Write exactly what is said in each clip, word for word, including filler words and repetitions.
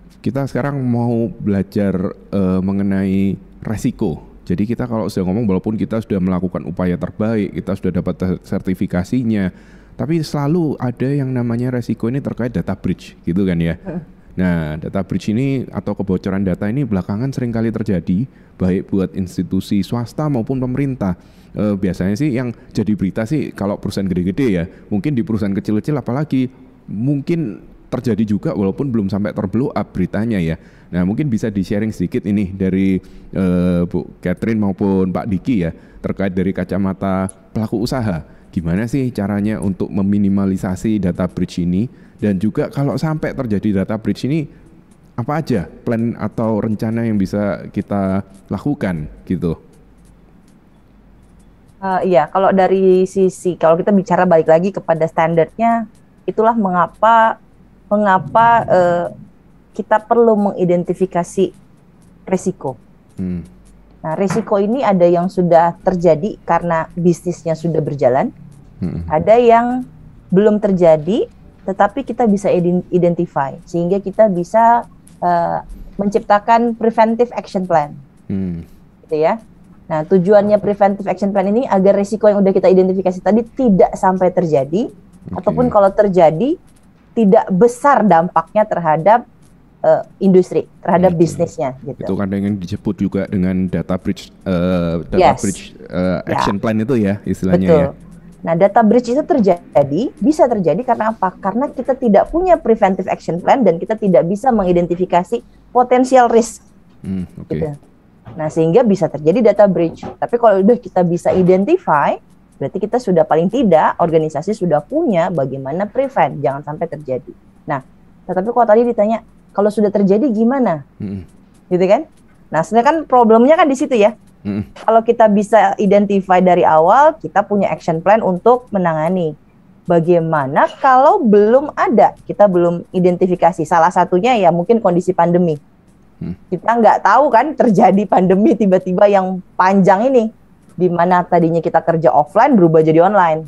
kita sekarang mau belajar uh, mengenai resiko. Jadi kita kalau sudah ngomong walaupun kita sudah melakukan upaya terbaik, kita sudah dapat sertifikasinya, tapi selalu ada yang namanya resiko ini terkait data breach gitu kan ya. Nah, data breach ini atau kebocoran data ini belakangan sering kali terjadi baik buat institusi swasta maupun pemerintah. E, biasanya sih yang jadi berita sih kalau perusahaan gede-gede ya, mungkin di perusahaan kecil-kecil apalagi mungkin terjadi juga walaupun belum sampai terblow up beritanya ya. Nah, mungkin bisa di-sharing sedikit ini dari e, Bu Catherine maupun Pak Diki ya terkait dari kacamata pelaku usaha. Gimana sih caranya untuk meminimalisasi data breach ini, dan juga kalau sampai terjadi data breach ini apa aja plan atau rencana yang bisa kita lakukan gitu? Uh, iya, kalau dari sisi kalau kita bicara balik lagi kepada standarnya, itulah mengapa mengapa uh, kita perlu mengidentifikasi risiko. Hmm. Nah, risiko ini ada yang sudah terjadi karena bisnisnya sudah berjalan, hmm. ada yang belum terjadi, tetapi kita bisa identify sehingga kita bisa uh, menciptakan preventive action plan, hmm. gitu ya. Nah, tujuannya preventive action plan ini agar risiko yang udah kita identifikasi tadi tidak sampai terjadi, okay. ataupun kalau terjadi tidak besar dampaknya terhadap uh, industri, terhadap okay. bisnisnya. Gitu. Itu kadang yang disebut juga dengan data breach, uh, data yes. breach uh, action ya. plan itu ya istilahnya. Betul. Ya. Nah, data breach itu terjadi, bisa terjadi karena apa? Karena kita tidak punya preventive action plan dan kita tidak bisa mengidentifikasi potensial risk. Hmm, okay. Gitu. Nah, sehingga bisa terjadi data breach. Tapi kalau udah kita bisa identify, berarti kita sudah paling tidak, organisasi sudah punya bagaimana prevent, jangan sampai terjadi. Nah, tetapi kalau tadi ditanya, kalau sudah terjadi gimana? Hmm. Gitu kan? Nah, sebenarnya kan problemnya kan di situ ya. Hmm. Kalau kita bisa identify dari awal, kita punya action plan untuk menangani. Bagaimana kalau belum ada, kita belum identifikasi. Salah satunya ya mungkin kondisi pandemi. Hmm. Kita nggak tahu kan terjadi pandemi tiba-tiba yang panjang ini, di mana tadinya kita kerja offline berubah jadi online.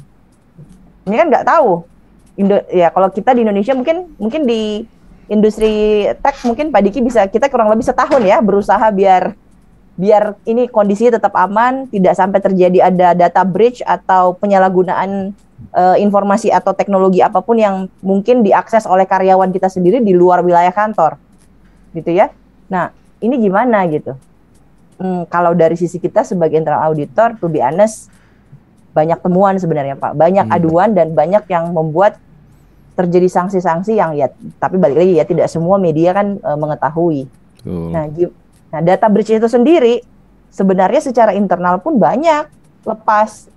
Ini kan nggak tahu. Indo, ya kalau kita di Indonesia mungkin mungkin di industri tech mungkin Pak Diki bisa, kita kurang lebih setahun ya berusaha biar biar ini kondisinya tetap aman, tidak sampai terjadi ada data breach atau penyalahgunaan uh, informasi atau teknologi apapun yang mungkin diakses oleh karyawan kita sendiri di luar wilayah kantor, gitu ya. Nah, ini gimana gitu? Hmm, kalau dari sisi kita sebagai internal auditor, to be honest, banyak temuan sebenarnya Pak, banyak hmm. aduan dan banyak yang membuat terjadi sanksi-sanksi yang ya, tapi balik lagi ya tidak semua media kan uh, mengetahui. Oh. Nah, Nah, data breach itu sendiri sebenarnya secara internal pun banyak lepas.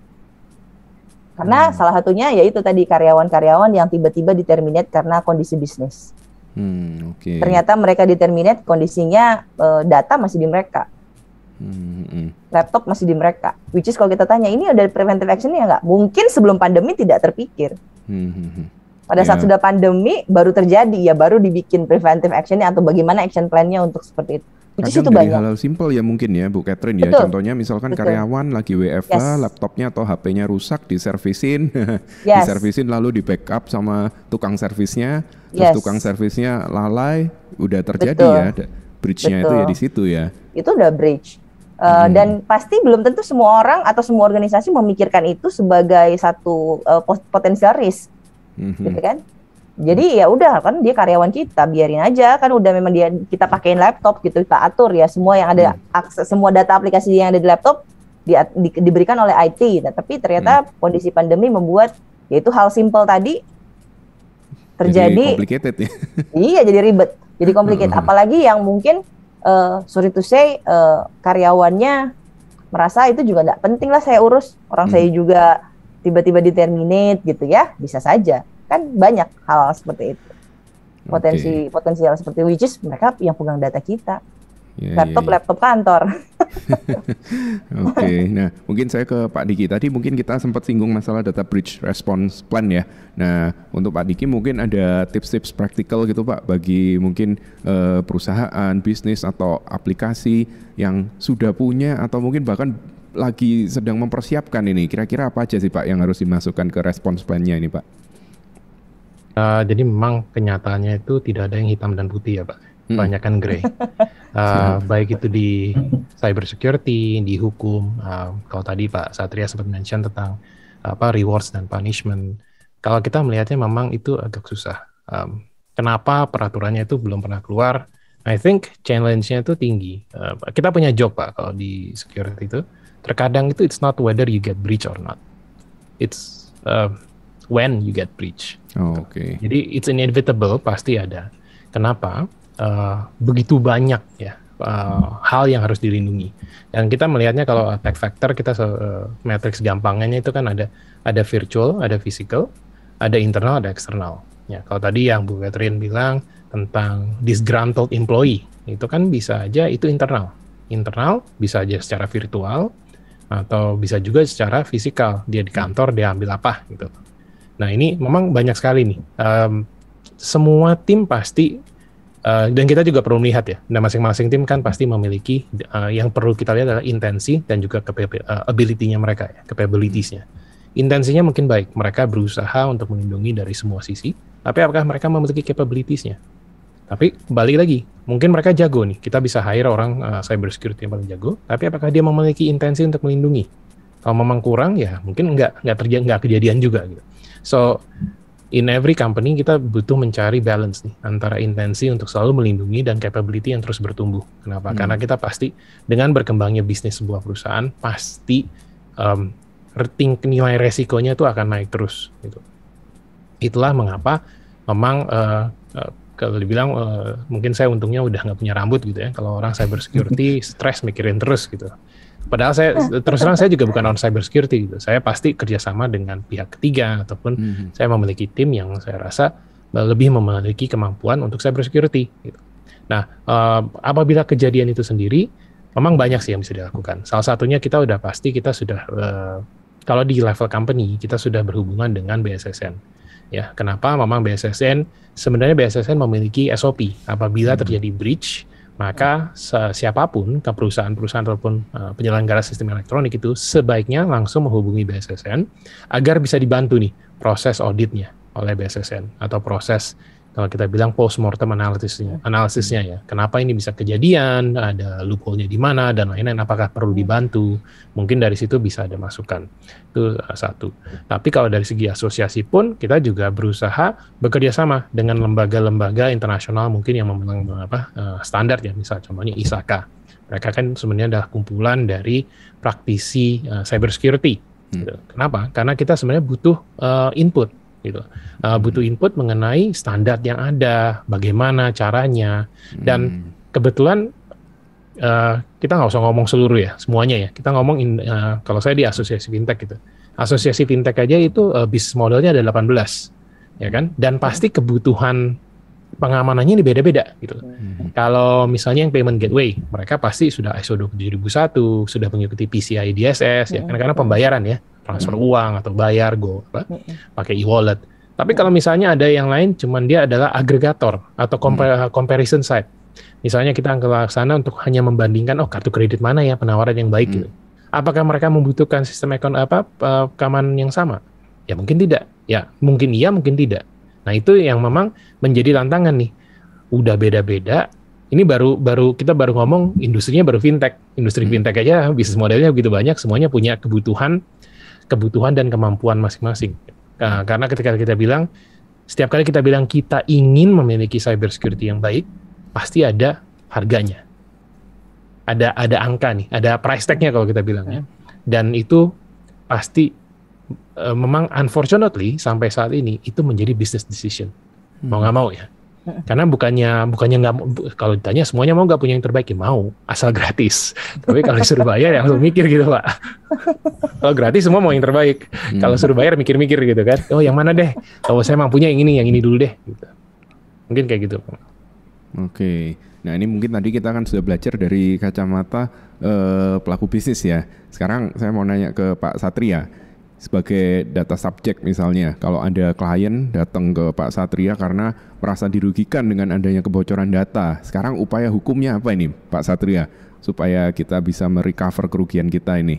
Karena hmm. salah satunya yaitu tadi karyawan-karyawan yang tiba-tiba di-terminate karena kondisi bisnis. Hmm, okay. Ternyata mereka di-terminate kondisinya uh, data masih di mereka. Hmm, hmm. Laptop masih di mereka. Which is kalau kita tanya, ini ada preventive action ya nggak? Mungkin sebelum pandemi tidak terpikir. Hmm, hmm. Pada yeah. saat sudah pandemi baru terjadi, ya baru dibikin preventive action-nya atau bagaimana action plan-nya untuk seperti itu. Kadang dari hal-hal simpel ya mungkin ya Bu Catherine ya. Betul. Contohnya misalkan Betul. karyawan lagi W F H, yes. laptopnya atau H P-nya rusak, diservisin, yes. diservisin lalu di backup sama tukang servisnya, terus yes. tukang servisnya lalai, udah terjadi Betul. ya breach-nya itu ya di situ ya. Itu udah breach. Uh, hmm. Dan pasti belum tentu semua orang atau semua organisasi memikirkan itu sebagai satu uh, potensial risk, hmm. gitu kan? Jadi ya udah kan dia karyawan kita, biarin aja kan udah memang dia kita pakein laptop gitu, kita atur ya semua yang ada hmm. akses, semua data aplikasi yang ada di laptop di, di, diberikan oleh I T. Nah, tapi ternyata hmm. kondisi pandemi membuat yaitu hal simple tadi terjadi. Jadi complicated ya. Iya, jadi ribet, jadi complicated. Apalagi yang mungkin uh, sorry to say uh, karyawannya merasa itu juga nggak penting lah saya urus, orang hmm. saya juga tiba-tiba di-terminate gitu ya, bisa saja. Kan banyak hal seperti itu, potensi okay. potensial seperti which is mereka yang pegang data kita, yeah, laptop yeah, yeah. laptop kantor. Oke, okay. Nah mungkin saya ke Pak Diki tadi mungkin kita sempat singgung masalah data breach response plan ya. Nah untuk Pak Diki mungkin ada tips-tips praktikal gitu Pak bagi mungkin uh, perusahaan, bisnis atau aplikasi yang sudah punya atau mungkin bahkan lagi sedang mempersiapkan ini. Kira-kira apa aja sih Pak yang harus dimasukkan ke response plan-nya ini Pak? Uh, jadi memang kenyataannya itu tidak ada yang hitam dan putih ya Pak. hmm. kebanyakan grey. uh, baik itu di cyber security, di hukum. Uh, kalau tadi Pak Satria sempat mention tentang apa rewards dan punishment. Kalau kita melihatnya memang itu agak susah. Um, kenapa peraturannya itu belum pernah keluar? I think challenge-nya itu tinggi. Uh, kita punya joke Pak kalau di security itu. Terkadang itu it's not whether you get breach or not. It's uh, when you get breach. Oh, Oke. Okay. Jadi it's inevitable, pasti ada. Kenapa? Uh, begitu banyak ya uh, hal yang harus dilindungi. Dan kita melihatnya kalau attack vector kita uh, matrix gampangnya itu kan ada ada virtual, ada physical, ada internal, ada eksternal. Ya kalau tadi yang Bu Catherine bilang tentang disgruntled employee, itu kan bisa aja itu internal. Internal bisa aja secara virtual atau bisa juga secara fisikal. Dia di kantor, dia ambil apa gitu. Nah ini memang banyak sekali nih. Um, semua tim pasti, uh, dan kita juga perlu melihat ya, dan masing-masing tim kan pasti memiliki, uh, yang perlu kita lihat adalah intensi dan juga uh, ability-nya mereka, ya, capabilities-nya. Intensinya mungkin baik, mereka berusaha untuk melindungi dari semua sisi, tapi apakah mereka memiliki capabilities-nya? Tapi balik lagi, mungkin mereka jago nih, kita bisa hire orang uh, cyber security yang paling jago, tapi apakah dia memiliki intensi untuk melindungi? Kalau memang kurang, ya mungkin nggak nggak terjadi, nggak kejadian juga gitu. So in every company kita butuh mencari balance nih antara intensi untuk selalu melindungi dan capability yang terus bertumbuh. Kenapa? Hmm. Karena kita pasti dengan berkembangnya bisnis sebuah perusahaan pasti um, rating nilai resikonya itu akan naik terus. Gitu. Itulah mengapa memang uh, uh, kalau dibilang uh, mungkin saya untungnya udah nggak punya rambut gitu ya. Kalau orang cyber security stres mikirin terus gitu. Padahal saya terus terang saya juga bukan orang cyber security gitu. Saya pasti kerjasama dengan pihak ketiga ataupun mm-hmm. saya memiliki tim yang saya rasa lebih memiliki kemampuan untuk cyber security. Gitu. Nah, uh, apabila kejadian itu sendiri, memang banyak sih yang bisa dilakukan. Salah satunya kita udah pasti kita sudah uh, kalau di level company kita sudah berhubungan dengan B S S N. Ya, kenapa? Memang B S S N sebenarnya B S S N memiliki S O P. Apabila terjadi breach, maka siapapun ke perusahaan-perusahaan ataupun uh, penyelenggara sistem elektronik itu sebaiknya langsung menghubungi B S S N agar bisa dibantu nih proses auditnya oleh B S S N atau proses kalau kita bilang post-mortem analisisnya, analisisnya ya. Kenapa ini bisa kejadian, ada loophole-nya di mana, dan lain-lain, apakah perlu dibantu. Mungkin dari situ bisa ada masukan. Itu uh, satu. Tapi kalau dari segi asosiasi pun, kita juga berusaha bekerja sama dengan lembaga-lembaga internasional mungkin yang memegang apa, uh, standar ya, misalnya contohnya I S A C A. Mereka kan sebenarnya adalah kumpulan dari praktisi uh, cyber security. Hmm. Gitu. Kenapa? Karena kita sebenarnya butuh uh, input. Gitu. Uh, butuh input mengenai standar yang ada, bagaimana caranya, dan hmm. kebetulan uh, kita nggak usah ngomong seluruh ya, semuanya ya. Kita ngomong in, uh, kalau saya di asosiasi fintech gitu, asosiasi fintech aja itu uh, bisnis modelnya ada delapan belas, ya kan? Dan pasti kebutuhan pengamanannya ini beda-beda gitu. Hmm. Kalau misalnya yang payment gateway, mereka pasti sudah I S O dua ribu satu, sudah mengikuti P C I D S S, ya kan? Karena pembayaran ya. Transfer hmm. uang atau bayar go apa, hmm. pakai e-wallet. Tapi kalau misalnya ada yang lain, cuman dia adalah agregator atau compar- hmm. comparison site. Misalnya kita ke sana untuk hanya membandingkan, oh kartu kredit mana ya penawaran yang baik hmm. gitu. Apakah mereka membutuhkan sistem ekon apa uh, keamanan yang sama? Ya mungkin tidak. Ya mungkin iya, mungkin tidak. Nah itu yang memang menjadi tantangan nih. Udah beda-beda. Ini baru baru kita baru ngomong industrinya baru fintech. Industri hmm. fintech aja bisnis modelnya begitu banyak, semuanya punya kebutuhan kebutuhan dan kemampuan masing-masing. Nah, karena ketika kita bilang, setiap kali kita bilang kita ingin memiliki cyber security yang baik, pasti ada harganya. Ada ada angka nih, ada price tag-nya kalau kita bilang ya. Dan itu pasti uh, memang unfortunately sampai saat ini itu menjadi business decision. Mau nggak mau ya. Karena bukannya bukannya nggak kalau ditanya semuanya mau nggak punya yang terbaik ya mau asal gratis. Tapi kalau disuruh bayar ya langsung mikir gitu Pak. Kalau gratis semua mau yang terbaik. Hmm. Kalau suruh bayar mikir-mikir gitu kan. Oh yang mana deh? Kalau saya mampunya yang ini, yang ini dulu deh. Gitu. Mungkin kayak gitu. Oke. Nah ini mungkin tadi kita kan sudah belajar dari kacamata eh, pelaku bisnis ya. Sekarang saya mau nanya ke Pak Satria. Sebagai data subject misalnya, kalau ada klien datang ke Pak Satria karena merasa dirugikan dengan adanya kebocoran data, sekarang upaya hukumnya apa ini Pak Satria supaya kita bisa merecover kerugian kita ini?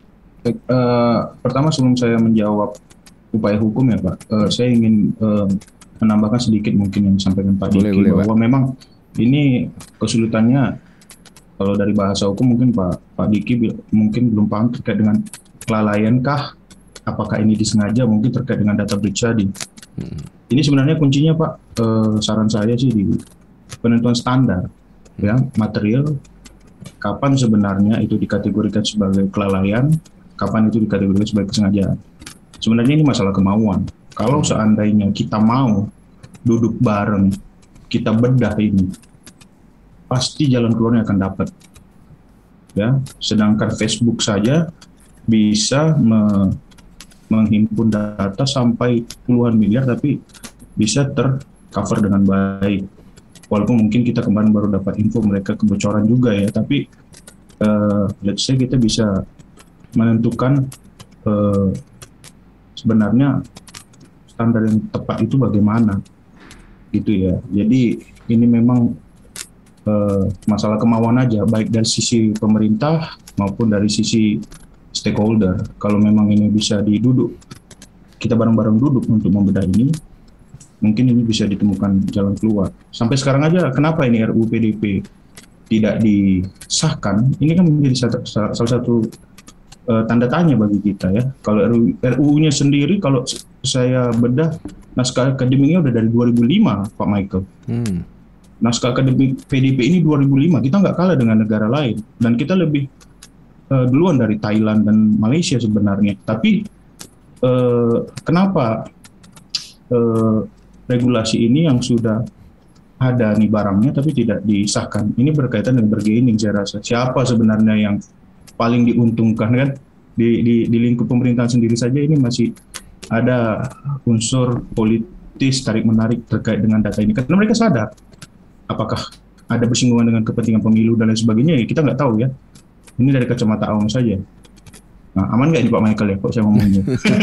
Uh, pertama sebelum saya menjawab upaya hukum ya Pak, uh, saya ingin uh, menambahkan sedikit mungkin yang disampaikan Pak Diki bahwa Pak. memang Ini kesulitannya kalau dari bahasa hukum mungkin Pak Pak Diki mungkin belum paham terkait dengan kelalaian kah? Apakah ini disengaja? Mungkin terkait dengan data breach tadi. Hmm. Ini sebenarnya kuncinya Pak, eh, saran saya sih di penentuan standar, hmm. ya material. Kapan sebenarnya itu dikategorikan sebagai kelalaian, kapan itu dikategorikan sebagai kesengajaan. Sebenarnya ini masalah kemauan. Kalau seandainya kita mau duduk bareng, kita bedah ini, pasti jalan keluarnya akan dapat. Ya, sedangkan Facebook saja bisa me menghimpun data sampai puluhan miliar, tapi bisa tercover dengan baik. Walaupun mungkin kita kemarin baru dapat info mereka kebocoran juga ya, tapi uh, let's say kita bisa menentukan uh, sebenarnya standar yang tepat itu bagaimana, gitu ya. Jadi ini memang uh, masalah kemauan aja, baik dari sisi pemerintah maupun dari sisi stakeholder. Kalau memang ini bisa diduduk, kita bareng-bareng duduk untuk membedah ini, mungkin ini bisa ditemukan jalan keluar. Sampai sekarang aja, kenapa ini R U U P D P tidak disahkan? Ini kan menjadi salah satu uh, tanda tanya bagi kita ya. Kalau R U U-nya sendiri, kalau saya bedah, naskah akademiknya udah dari dua ribu lima, Pak Michael. Hmm. Naskah akademik P D P ini dua ribu lima, kita nggak kalah dengan negara lain. Dan kita lebih uh, duluan dari Thailand dan Malaysia sebenarnya. Tapi uh, kenapa uh, regulasi ini yang sudah ada nih barangnya tapi tidak disahkan? Ini berkaitan dengan bargaining saya rasa. Siapa sebenarnya yang paling diuntungkan kan? Di, di, di lingkup pemerintahan sendiri saja ini masih ada unsur politis tarik-menarik terkait dengan data ini. Karena mereka sadar apakah ada bersinggungan dengan kepentingan pemilu dan lain sebagainya, ya kita nggak tahu ya. Ini dari kacamata awam saja. Nah, aman nggak ini Pak Michael ya, kok saya ngomongnya?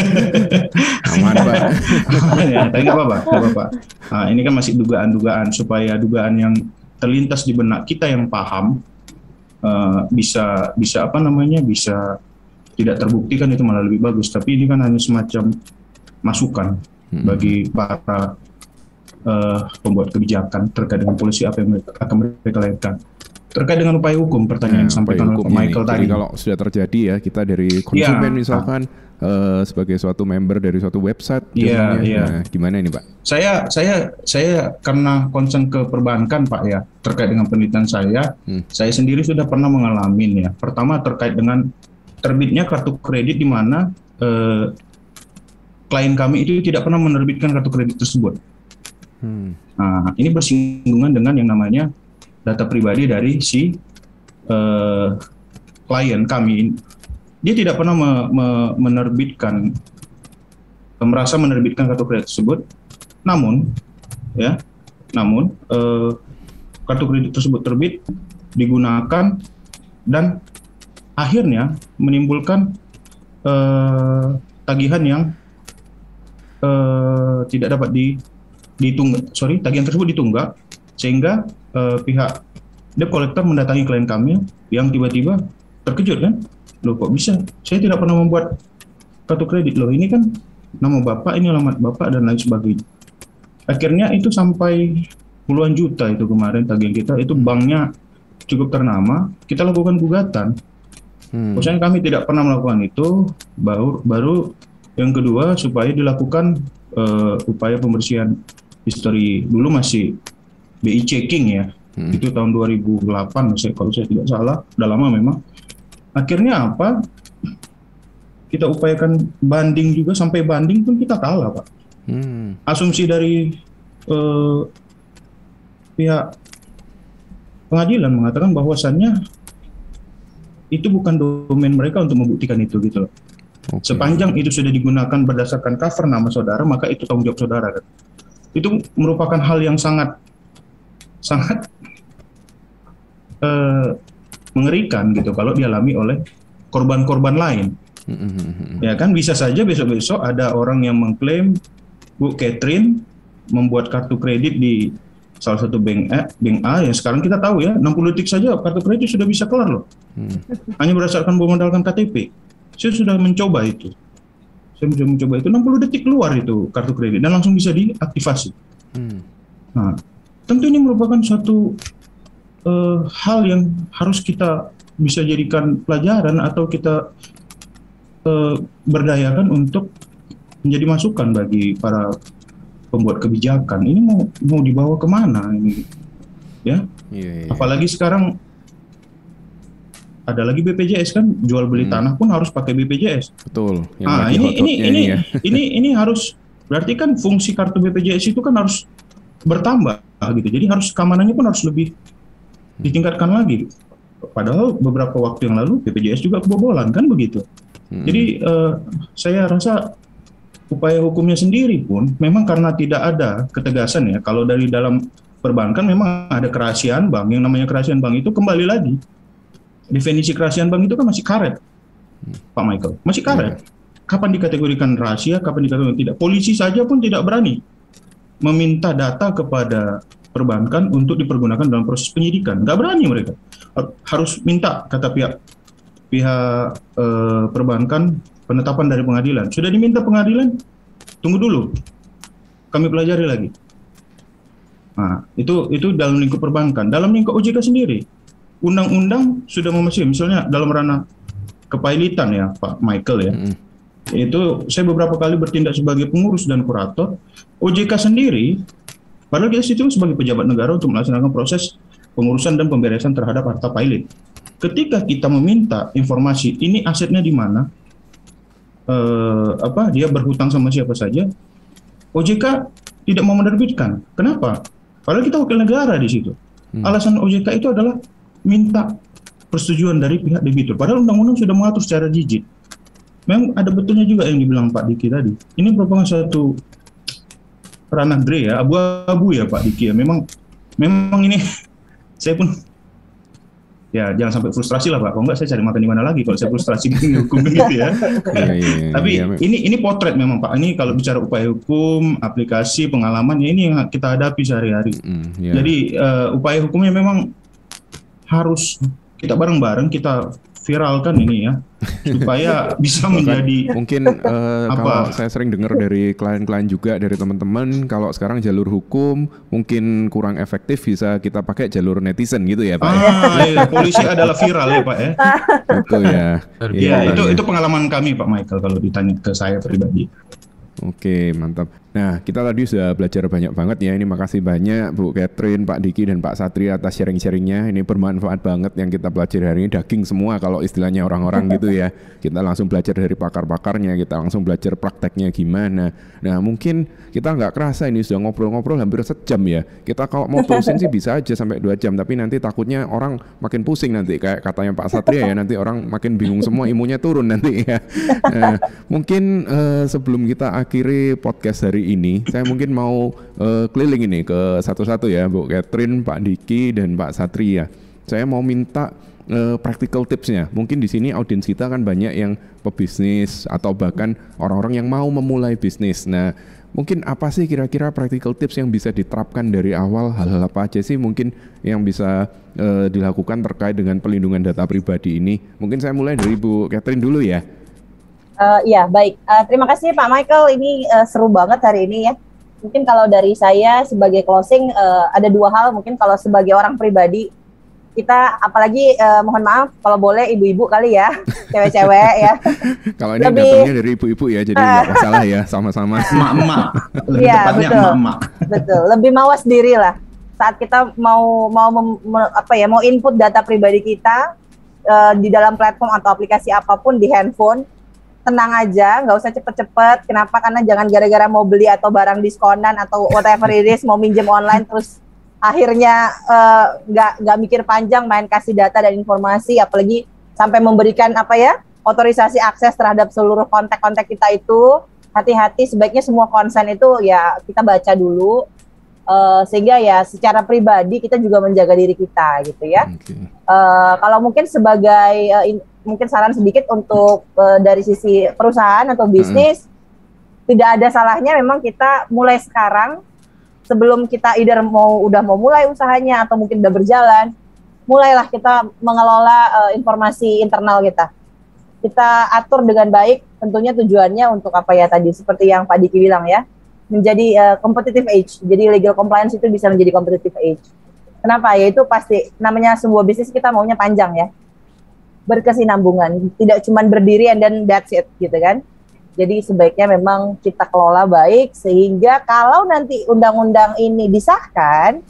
Aman Pak. Aman ya, tapi nggak apa-apa, nggak apa-apa. Nah, ini kan masih dugaan-dugaan, supaya dugaan yang terlintas di benak kita yang paham uh, bisa bisa apa namanya bisa tidak terbuktikan, itu malah lebih bagus. Tapi ini kan hanya semacam masukan hmm. bagi para uh, pembuat kebijakan terkait dengan polisi apa yang mereka, akan mereka lakukan. Terkait dengan upaya hukum, pertanyaan yang disampaikan oleh Michael tadi. Jadi kalau sudah terjadi ya, kita dari konsumen ya, misalkan uh, sebagai suatu member dari suatu website, ya, ya. Nah, gimana ini Pak? Saya saya saya karena concern ke perbankan Pak ya, terkait dengan penelitian saya, hmm. saya sendiri sudah pernah mengalami ya. Pertama terkait dengan terbitnya kartu kredit di mana uh, klien kami itu tidak pernah menerbitkan kartu kredit tersebut. Hmm. Nah, ini bersinggungan dengan yang namanya data pribadi dari si uh, klien kami. Dia tidak pernah me, me, menerbitkan, merasa menerbitkan kartu kredit tersebut. Namun, ya, namun uh, kartu kredit tersebut terbit, digunakan, dan akhirnya menimbulkan uh, tagihan yang uh, tidak dapat di, ditunggak. Sorry, tagihan tersebut ditunggak, sehingga uh, pihak debt collector mendatangi klien kami yang tiba-tiba terkejut kan, loh kok bisa? Saya tidak pernah membuat kartu kredit loh, ini kan nama bapak, ini alamat bapak dan lain sebagainya. Akhirnya itu sampai puluhan juta itu kemarin tagihan kita, itu banknya cukup ternama, kita lakukan gugatan. Hmm. Maksudnya kami tidak pernah melakukan itu, baru baru yang kedua supaya dilakukan uh, upaya pembersihan histori. Dulu masih B I checking ya, hmm. itu tahun dua ribu delapan kalau saya tidak salah, udah lama memang. Akhirnya apa? Kita upayakan banding juga, sampai banding pun kita kalah Pak. Hmm. Asumsi dari eh, pihak pengadilan mengatakan bahwasannya itu bukan domain mereka untuk membuktikan itu gitu loh. Okay. Sepanjang itu sudah digunakan berdasarkan cover nama saudara, maka itu tanggung jawab saudara kan. Itu merupakan hal yang sangat sangat uh, mengerikan gitu kalau dialami oleh korban-korban lain. Mm-hmm. Ya kan, bisa saja besok-besok ada orang yang mengklaim Bu Catherine membuat kartu kredit di salah satu bank A, bank A yang sekarang kita tahu ya, enam puluh detik saja kartu kredit sudah bisa keluar loh. Mm. Hanya berdasarkan bermodalkan K T P. Saya sudah mencoba itu. Saya sudah mencoba itu enam puluh detik keluar itu kartu kredit dan langsung bisa diaktifasi. Mm. Nah, tentu ini merupakan suatu uh, hal yang harus kita bisa jadikan pelajaran atau kita uh, berdayakan untuk menjadi masukan bagi para pembuat kebijakan. Ini mau mau dibawa kemana ini, ya? Yeah, yeah. Apalagi sekarang ada lagi B P J S kan, jual beli hmm. tanah pun harus pakai B P J S. Betul. Nah ini ini ini ya. ini ini harus berarti kan fungsi kartu B P J S itu kan harus bertambah gitu. Jadi harus keamanannya pun harus lebih ditingkatkan lagi. Padahal beberapa waktu yang lalu B P J S juga kebobolan kan begitu. Hmm. Jadi uh, saya rasa upaya hukumnya sendiri pun memang karena tidak ada ketegasan ya. Kalau dari dalam perbankan memang ada kerahasiaan bank. Yang namanya kerahasiaan bank itu kembali lagi. Definisi kerahasiaan bank itu kan masih karet, hmm. Pak Michael, masih karet. Yeah. Kapan dikategorikan rahasia, kapan dikategorikan tidak. Polisi saja pun tidak berani meminta data kepada perbankan untuk dipergunakan dalam proses penyidikan. Nggak berani mereka. Harus minta, kata pihak pihak eh, perbankan, penetapan dari pengadilan. Sudah diminta pengadilan, tunggu dulu, kami pelajari lagi. Nah, itu itu dalam lingkup perbankan. Dalam lingkup O J K sendiri, undang-undang sudah memasukkan, misalnya dalam ranah kepailitan ya Pak Michael ya, mm. itu saya beberapa kali bertindak sebagai pengurus dan kurator O J K sendiri, padahal kita situ sebagai pejabat negara untuk melaksanakan proses pengurusan dan pemberesan terhadap harta pailit. Ketika kita meminta informasi ini asetnya di mana, eh, apa dia berhutang sama siapa saja, O J K tidak mau menerbitkan. Kenapa? Padahal kita wakil negara di situ. Mm. Alasan O J K itu adalah minta persetujuan dari pihak debitur. Padahal undang-undang sudah mengatur secara rigid. Memang ada betulnya juga yang dibilang Pak Diki tadi. Ini merupakan suatu ranah grey ya, abu-abu ya Pak Diki ya. Memang, memang ini saya pun ya jangan sampai frustrasi lah Pak. Kalau enggak saya cari makan di mana lagi kalau saya frustrasi dengan hukum gitu ya. ya, ya, ya Tapi ya, ini ini potret memang Pak. Ini kalau bicara upaya hukum, aplikasi, pengalaman ya ini yang kita hadapi sehari-hari. Mm, ya. Jadi uh, upaya hukumnya memang harus kita bareng-bareng kita viralkan ini ya supaya bisa menjadi mungkin uh, kalau saya sering dengar dari klien-klien juga dari teman-teman kalau sekarang jalur hukum mungkin kurang efektif bisa kita pakai jalur netizen gitu ya Pak. Ah, iya, polisi adalah viral ya Pak ya. Betul ya. Iya, ya, itu ya. Itu pengalaman kami Pak Michael kalau ditanya ke saya pribadi. Oke, mantap. Nah, kita tadi sudah belajar banyak banget ya. Ini makasih banyak Bu Catherine, Pak Diki, dan Pak Satria atas sharing-sharingnya. Ini bermanfaat banget yang kita pelajari hari ini. Daging semua kalau istilahnya orang-orang gitu ya. Kita langsung belajar dari pakar-pakarnya, kita langsung belajar prakteknya gimana. Nah, mungkin kita nggak kerasa ini sudah ngobrol-ngobrol hampir sejam ya. Kita kalau mau terusin sih bisa aja sampai dua jam, tapi nanti takutnya orang makin pusing nanti. Kayak katanya Pak Satria ya, nanti orang makin bingung semua, imunnya turun nanti ya. Nah, mungkin uh, sebelum kita akhiri podcast hari ini, saya mungkin mau uh, keliling ini ke satu-satu ya, Bu Catherine, Pak Diki, dan Pak Satria. Saya mau minta uh, practical tipsnya. Mungkin di sini audiens kita kan banyak yang pebisnis atau bahkan orang-orang yang mau memulai bisnis. Nah, mungkin apa sih kira-kira practical tips yang bisa diterapkan dari awal? Hal-hal apa aja sih mungkin yang bisa uh, dilakukan terkait dengan pelindungan data pribadi ini? Mungkin saya mulai dari Bu Catherine dulu ya. Uh, ya baik, uh, terima kasih Pak Michael, ini uh, seru banget hari ini ya. Mungkin kalau dari saya sebagai closing uh, ada dua hal, mungkin kalau sebagai orang pribadi kita apalagi uh, mohon maaf kalau boleh ibu-ibu kali ya, cewek-cewek ya. Kalau ini lebih, datangnya dari ibu-ibu ya, jadi nggak masalah ya, sama-sama. Emak-emak, iya betul, emak-emak. Betul, lebih mawas diri lah saat kita mau mau mem, apa ya mau input data pribadi kita uh, di dalam platform atau aplikasi apapun di handphone. Tenang aja, nggak usah cepet-cepet. Kenapa? Karena jangan gara-gara mau beli atau barang diskonan atau whatever it is, mau minjem online terus akhirnya nggak uh, nggak mikir panjang, main kasih data dan informasi, apalagi sampai memberikan apa ya otorisasi akses terhadap seluruh kontak-kontak kita itu. Hati-hati, sebaiknya semua konsen itu ya kita baca dulu. Uh, sehingga ya secara pribadi kita juga menjaga diri kita gitu ya. Okay. Uh, kalau mungkin sebagai uh, in, mungkin saran sedikit untuk uh, dari sisi perusahaan atau bisnis, hmm. tidak ada salahnya memang kita mulai sekarang sebelum kita either mau udah mau mulai usahanya atau mungkin udah berjalan, mulailah kita mengelola uh, informasi internal kita. Kita atur dengan baik, tentunya tujuannya untuk apa ya tadi seperti yang Pak Diki bilang ya. menjadi uh, competitive edge. Jadi legal compliance itu bisa menjadi competitive edge. Kenapa? Ya itu pasti namanya sebuah bisnis kita maunya panjang ya, berkesinambungan, tidak cuma berdiri and then that's it gitu kan. Jadi sebaiknya memang kita kelola baik sehingga kalau nanti undang-undang ini disahkan,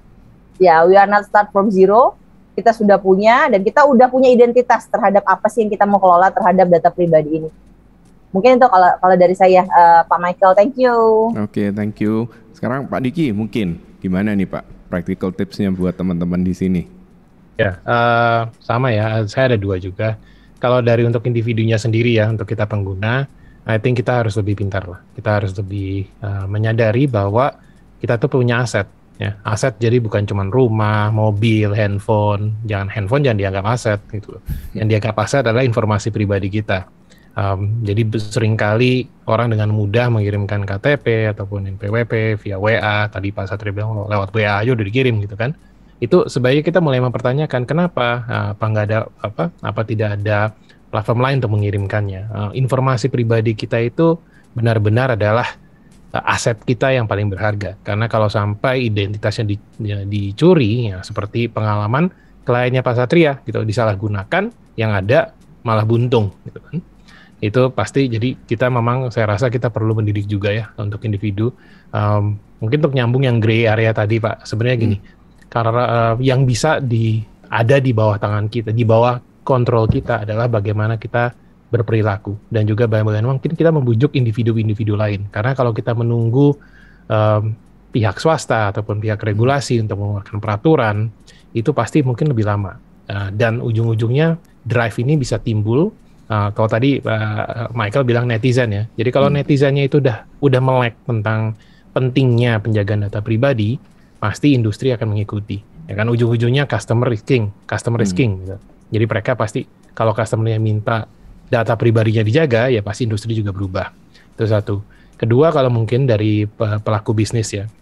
ya we are not start from zero, kita sudah punya dan kita udah punya identitas terhadap apa sih yang kita mau kelola terhadap data pribadi ini. Mungkin itu kalau kalau dari saya, uh, Pak Michael, thank you. Oke, okay, thank you. Sekarang Pak Diki, mungkin gimana nih Pak practical tipsnya buat teman-teman di sini? Ya, uh, sama ya. Saya ada dua juga. Kalau dari untuk individunya sendiri ya, untuk kita pengguna, I think kita harus lebih pintar lah. Kita harus lebih uh, menyadari bahwa kita tuh punya aset. Ya, aset jadi bukan cuma rumah, mobil, handphone. Jangan handphone jangan dianggap aset gitu. Yang dianggap aset adalah informasi pribadi kita. Um, jadi seringkali orang dengan mudah mengirimkan K T P ataupun N P W P via W A. Tadi Pak Satria bilang lewat W A aja udah dikirim gitu kan. Itu sebaiknya kita mulai mempertanyakan kenapa apa nggak ada apa apa tidak ada platform lain untuk mengirimkannya. Uh, informasi pribadi kita itu benar-benar adalah uh, aset kita yang paling berharga. Karena kalau sampai identitasnya di, ya, dicuri, ya, seperti pengalaman kliennya Pak Satria, gitu, disalahgunakan, yang ada malah buntung, gitu kan. Itu pasti. Jadi kita memang, saya rasa kita perlu mendidik juga ya untuk individu. Um, mungkin untuk nyambung yang gray area tadi Pak, sebenarnya gini, hmm. karena uh, yang bisa di ada di bawah tangan kita, di bawah kontrol kita adalah bagaimana kita berperilaku dan juga bagaimana mungkin kita membujuk individu-individu lain. Karena kalau kita menunggu um, pihak swasta ataupun pihak regulasi untuk mengeluarkan peraturan, itu pasti mungkin lebih lama. Uh, dan ujung-ujungnya drive ini bisa timbul. Uh, kalau tadi uh, Michael bilang netizen ya. Jadi kalau hmm. netizennya itu udah udah melek tentang pentingnya penjagaan data pribadi, pasti industri akan mengikuti. Ya kan ujung-ujungnya customer is king, customer is king gitu. Jadi mereka pasti kalau customer-nya minta data pribadinya dijaga, ya pasti industri juga berubah. Itu satu. Kedua, kalau mungkin dari pelaku bisnis ya,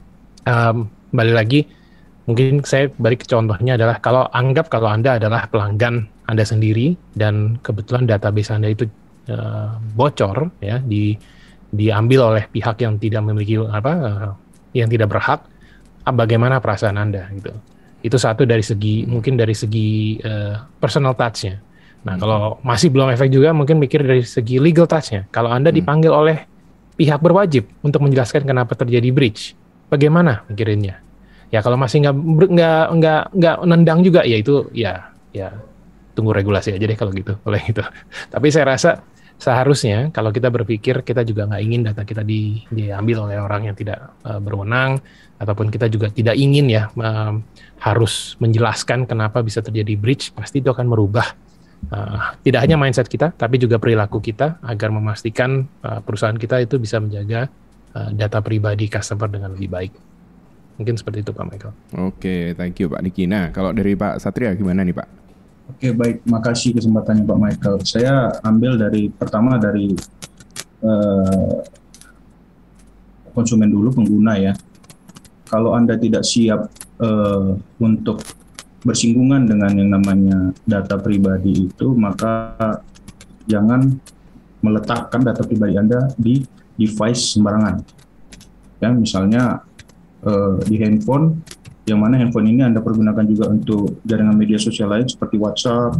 um, balik lagi, mungkin saya balik ke contohnya adalah kalau anggap kalau Anda adalah pelanggan Anda sendiri dan kebetulan database Anda itu uh, bocor, ya, di, diambil oleh pihak yang tidak memiliki apa, uh, yang tidak berhak, bagaimana perasaan Anda gitu. Itu satu dari segi mungkin dari segi uh, personal touch-nya. Nah, hmm. kalau masih belum efek juga mungkin mikir dari segi legal touch-nya. Kalau Anda dipanggil hmm. oleh pihak berwajib untuk menjelaskan kenapa terjadi breach, bagaimana mikirinnya? Ya kalau masih nggak nggak nggak nggak nendang juga, ya itu ya ya tunggu regulasi aja deh kalau gitu, oleh itu. Tapi saya rasa seharusnya kalau kita berpikir kita juga nggak ingin data kita di, diambil oleh orang yang tidak uh, berwenang, ataupun kita juga tidak ingin ya um, harus menjelaskan kenapa bisa terjadi breach, pasti itu akan merubah uh, tidak hanya mindset kita, tapi juga perilaku kita agar memastikan uh, perusahaan kita itu bisa menjaga uh, data pribadi customer dengan lebih baik. Mungkin seperti itu Pak Michael. Oke, thank you Pak Diki. Nah, kalau dari Pak Satria gimana nih Pak? Oke, baik. Makasih kesempatannya Pak Michael. Saya ambil dari pertama dari uh, konsumen dulu, pengguna ya. Kalau Anda tidak siap uh, untuk bersinggungan dengan yang namanya data pribadi itu, maka jangan meletakkan data pribadi Anda di device sembarangan. Ya, misalnya uh, di handphone, yang mana handphone ini Anda pergunakan juga untuk jaringan media sosial lain seperti WhatsApp,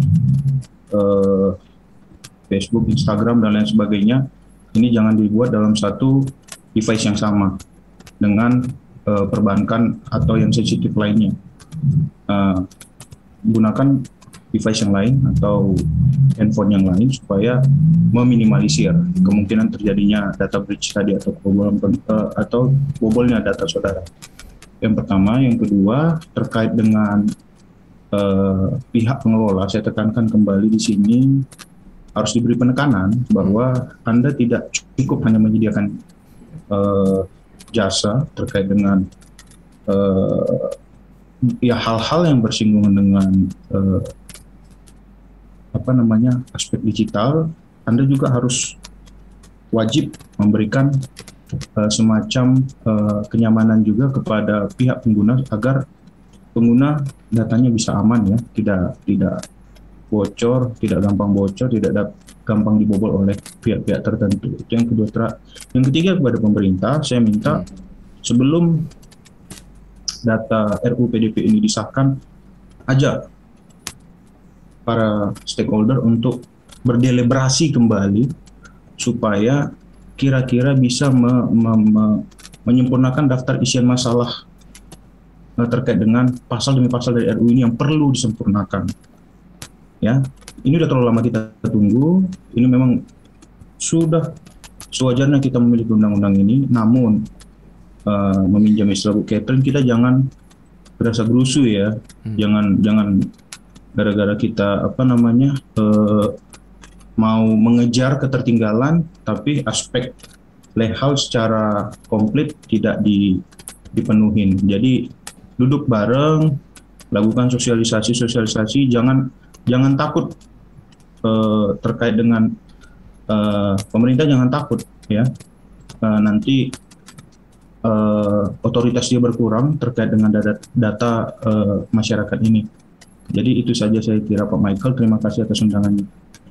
uh, Facebook, Instagram, dan lain sebagainya. Ini jangan dibuat dalam satu device yang sama dengan uh, perbankan atau yang sensitif lainnya. Uh, gunakan device yang lain atau handphone yang lain supaya meminimalisir kemungkinan terjadinya data breach tadi atau kebobolan uh, atau bobolnya data saudara. Yang pertama, yang kedua terkait dengan uh, pihak pengelola, saya tekankan kembali di sini harus diberi penekanan bahwa Anda tidak cukup hanya menyediakan uh, jasa terkait dengan uh, ya hal-hal yang bersinggungan dengan uh, apa namanya aspek digital. Anda juga harus wajib memberikan uh, semacam uh, kenyamanan juga kepada pihak pengguna agar pengguna datanya bisa aman ya, tidak tidak bocor, tidak gampang bocor, tidak ada gampang dibobol oleh pihak-pihak tertentu. Itu yang kedua. Ter yang ketiga, kepada pemerintah saya minta hmm. sebelum data R U U P D P ini disahkan, ajak para stakeholder untuk berdeliberasi kembali supaya kira-kira bisa me, me, me, menyempurnakan daftar isian masalah uh, terkait dengan pasal demi pasal dari R U U ini yang perlu disempurnakan. Ya, ini udah terlalu lama kita tunggu. Ini memang sudah sewajarnya kita memiliki undang-undang ini, namun uh, meminjam istilah Bu Catherine, kita jangan berasa gerusu ya, hmm. jangan jangan gara-gara kita apa namanya uh, mau mengejar ketertinggalan, tapi aspek lehal secara komplit tidak di, dipenuhin. Jadi duduk bareng, lakukan sosialisasi sosialisasi, jangan jangan takut uh, terkait dengan uh, pemerintah, jangan takut ya uh, nanti uh, otoritas dia berkurang terkait dengan data, data uh, masyarakat ini. Jadi itu saja saya kira Pak Michael, terima kasih atas undangannya.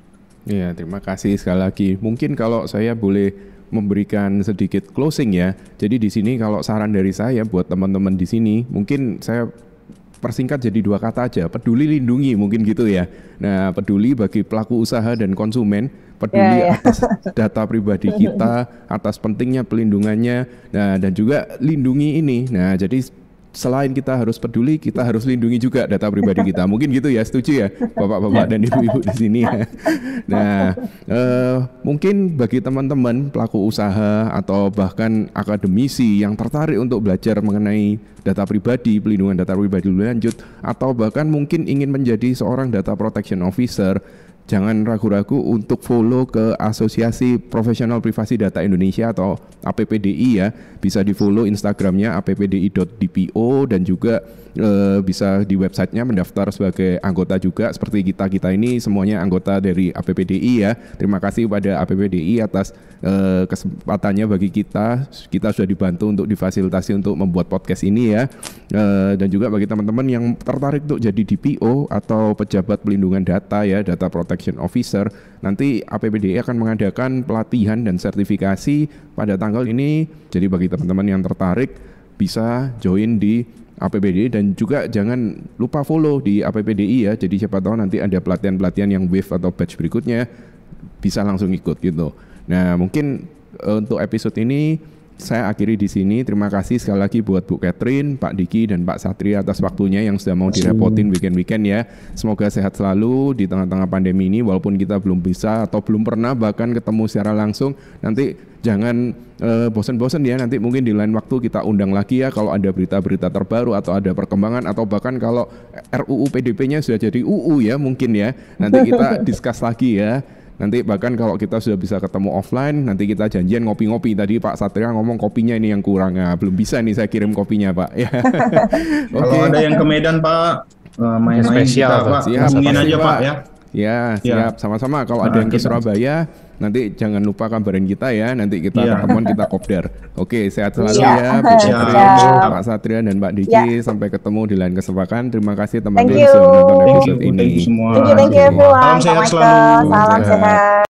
Iya, terima kasih sekali lagi. Mungkin kalau saya boleh memberikan sedikit closing ya. Jadi di sini kalau saran dari saya buat teman-teman di sini, mungkin saya persingkat jadi dua kata aja, peduli lindungi mungkin gitu ya. Nah, peduli bagi pelaku usaha dan konsumen, peduli yeah, yeah. atas data pribadi kita, atas pentingnya pelindungannya, nah dan juga lindungi ini. Nah, jadi selain kita harus peduli, kita harus lindungi juga data pribadi kita. Mungkin gitu ya, setuju ya Bapak-bapak dan Ibu-ibu di sini ya. Nah, eh, mungkin bagi teman-teman pelaku usaha atau bahkan akademisi yang tertarik untuk belajar mengenai data pribadi, pelindungan data pribadi lebih lanjut, atau bahkan mungkin ingin menjadi seorang data protection officer, jangan ragu-ragu untuk follow ke Asosiasi Profesional Privasi Data Indonesia atau A P P D I ya. Bisa di follow Instagramnya a p p d i dot d p o dan juga e, bisa di websitenya mendaftar sebagai anggota juga. Seperti kita-kita ini semuanya anggota dari A P P D I ya. Terima kasih kepada A P P D I atas e, kesempatannya bagi kita. Kita sudah dibantu untuk difasilitasi untuk membuat podcast ini ya. E, dan juga bagi teman-teman yang tertarik untuk jadi D P O atau pejabat pelindungan data ya, Data Protection Officer, nanti A P P D I akan mengadakan pelatihan dan sertifikasi pada tanggal ini. Jadi bagi teman-teman yang tertarik bisa join di A P P D I dan juga jangan lupa follow di A P P D I ya. Jadi siapa tahu nanti ada pelatihan-pelatihan yang wave atau batch berikutnya bisa langsung ikut gitu. Nah, mungkin uh, untuk episode ini saya akhiri di sini. Terima kasih sekali lagi buat Bu Catherine, Pak Diki, dan Pak Satria atas waktunya yang sudah mau direpotin weekend-weekend ya. Semoga sehat selalu di tengah-tengah pandemi ini. Walaupun kita belum bisa atau belum pernah bahkan ketemu secara langsung, nanti jangan uh, bosan-bosan ya. Nanti mungkin di lain waktu kita undang lagi ya kalau ada berita-berita terbaru atau ada perkembangan, atau bahkan kalau R U U P D P-nya sudah jadi U U ya mungkin ya. Nanti kita discuss lagi ya. Nanti bahkan kalau kita sudah bisa ketemu offline, nanti kita janjian ngopi-ngopi. Tadi Pak Satria ngomong kopinya ini yang kurang, nah, belum bisa nih saya kirim kopinya Pak. Ya. Okay. Kalau ada yang ke Medan Pak, uh, main-main spesial kita, Pak, siap, hubungin aja Pak, Pak ya. Ya, siap, ya. Sama-sama. Kalau nah, ada yang ke Surabaya, nanti jangan lupa kabarin kita ya. Nanti kita ya. ketemuan, kita kopdar. Oke, sehat selalu ya, Bu Catherine, Pak Satria, dan Pak Diki. Ya. Sampai ketemu di lain kesempatan. Terima kasih teman-teman sudah menonton episode ini. Thank you semua. Thank you, thank you everyone. Salam sehat selalu. Salam sehat.